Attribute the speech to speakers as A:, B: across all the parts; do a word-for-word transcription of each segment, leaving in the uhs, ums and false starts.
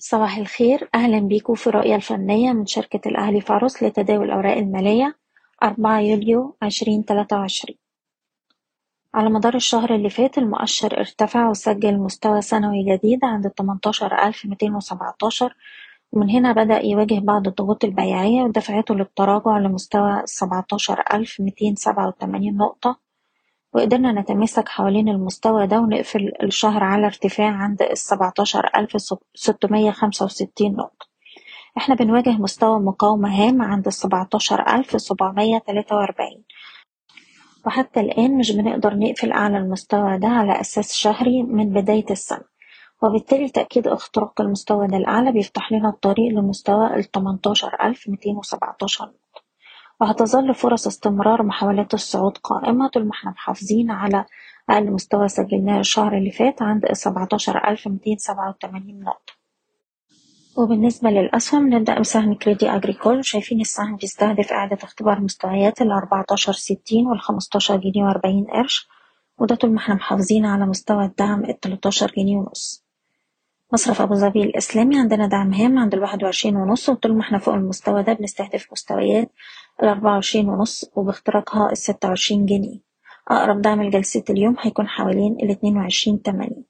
A: صباح الخير، أهلا بيكم في الرؤية الفنية من شركة الأهلي فارس لتداول الأوراق المالية أربعة يوليو عشرين تلاتة وعشرين. على مدار الشهر اللي فات المؤشر ارتفع وسجل مستوى سنوي جديد عند تمنتاشر ألف ميتين وسبعتاشر، ومن هنا بدأ يواجه بعض الضغوط البيعية ودفعته للتراجع لمستوى سبعتاشر ألف ميتين سبعة وتمانين نقطة، وقدرنا نتماسك حوالين المستوى ده ونقفل الشهر على ارتفاع عند السبعتاشر ألف ستمية خمسة وستين نقطة. احنا بنواجه مستوى مقاومة هام عند السبعتاشر ألف سبعمية تلاتة وأربعين، وحتى الآن مش بنقدر نقفل أعلى المستوى ده على أساس شهري من بداية السنة، وبالتالي تأكيد اختراق المستوى ده الأعلى بيفتح لنا الطريق لمستوى التمنتاشر ألف ميتين وسبعتاشر، وهتظل فرص استمرار محاولات الصعود قائمة طول ما احنا محافظين على أقل مستوى سجلناه الشهر اللي فات عند السبعتاشر ألف ميتين سبعة وتمانين نقطة. وبالنسبة للأسهم نبدأ بسهم كريدي أجريكول. شايفين السهم بيستهدف إعادة اختبار مستويات الأربعتاشر ستين والخمستاشر جنيه وأربعين قرش، وده طول ما احنا محافظين على مستوى الدعم التلاتاشر جنيه ونص. مصرف أبو ظبي الإسلامي عندنا دعم هام عند الواحد وعشرين ونص، وطول ما احنا فوق المستوى ده بنستهدف مستويات الأربعة وعشرين ونص وباختراقها الستة وعشرين جنيه. أقرب دعم لجلسة اليوم هيكون حوالين الاتنين وعشرين تمانين.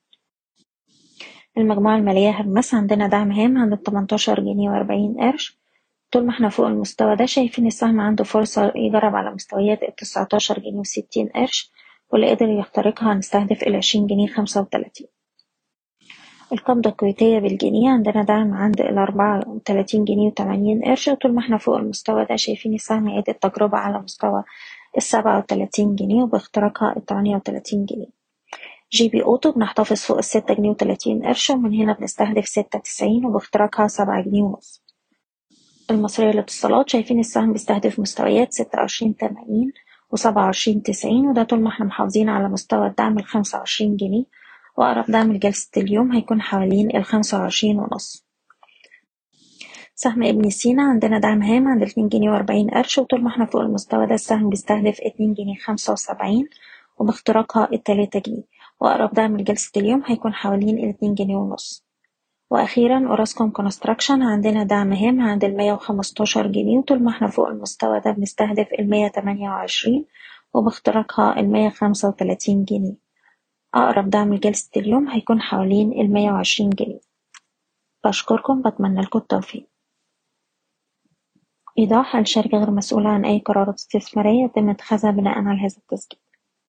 A: المجموعة المالية هرمس عندنا دعم هام عند التمنتاشر جنيه وأربعين قرش، طول ما احنا فوق المستوى ده شايفين السهم عنده فرصة يجرب على مستويات التسعتاشر جنيه وستين قرش، واللي قدر يخترقها هنستهدف العشرين جنيه خمسة وتلاتين. القبضة الكويتية بالجنيه عندنا دعم عند الأربعة وتلاتين جنيه وتمانين قرش، طول ما احنا فوق المستوى ده شايفين السهم يعيد التجربة على مستوى السبعة وتلاتين جنيه وباختراقها التمانية وتلاتين جنيه. جي بي أوتو بنحتفظ فوق الستة جنيه وتلاتين قرش، ومن هنا بنستهدف ستة تسعين وباختراقها سبعة جنيه ونص. المصرية للاتصالات شايفين السهم بيستهدف مستويات ستة وعشرين تمانين وسبعة وعشرين تسعين، وده طول ما احنا محافظين على مستوى الدعم الخمسة وعشرين جنيه، وأقرب دعم لجلسة اليوم هيكون حوالين الخمسة وعشرين ونص. سهم ابن سينا عندنا دعم هام عند اتنين جنيه وأربعين قرش، وطول ما احنا فوق المستوى ده السهم بيستهدف اتنين جنيه خمسة وسبعين وباختراقها التلاتة جنيه، وأقرب دعم لجلسة اليوم هيكون حوالين الاتنين جنيه ونص. وأخيرا أوراسكوم كونستراكشن عندنا دعم هام عند المية وخمستاشر جنيه، وطول ما احنا فوق المستوى ده بنستهدف المية تمانية وعشرين وباختراقها المية خمسة وتلاتين جنيه. أقرب دعم لجلسة اليوم هيكون حوالين المية وعشرين جنيه. بشكركم، بتمنى لكم التوفيق. إيضاح: الشركة غير مسؤولة عن أي قرارات استثمارية يتم اتخاذها بناء على هذا التسجيل.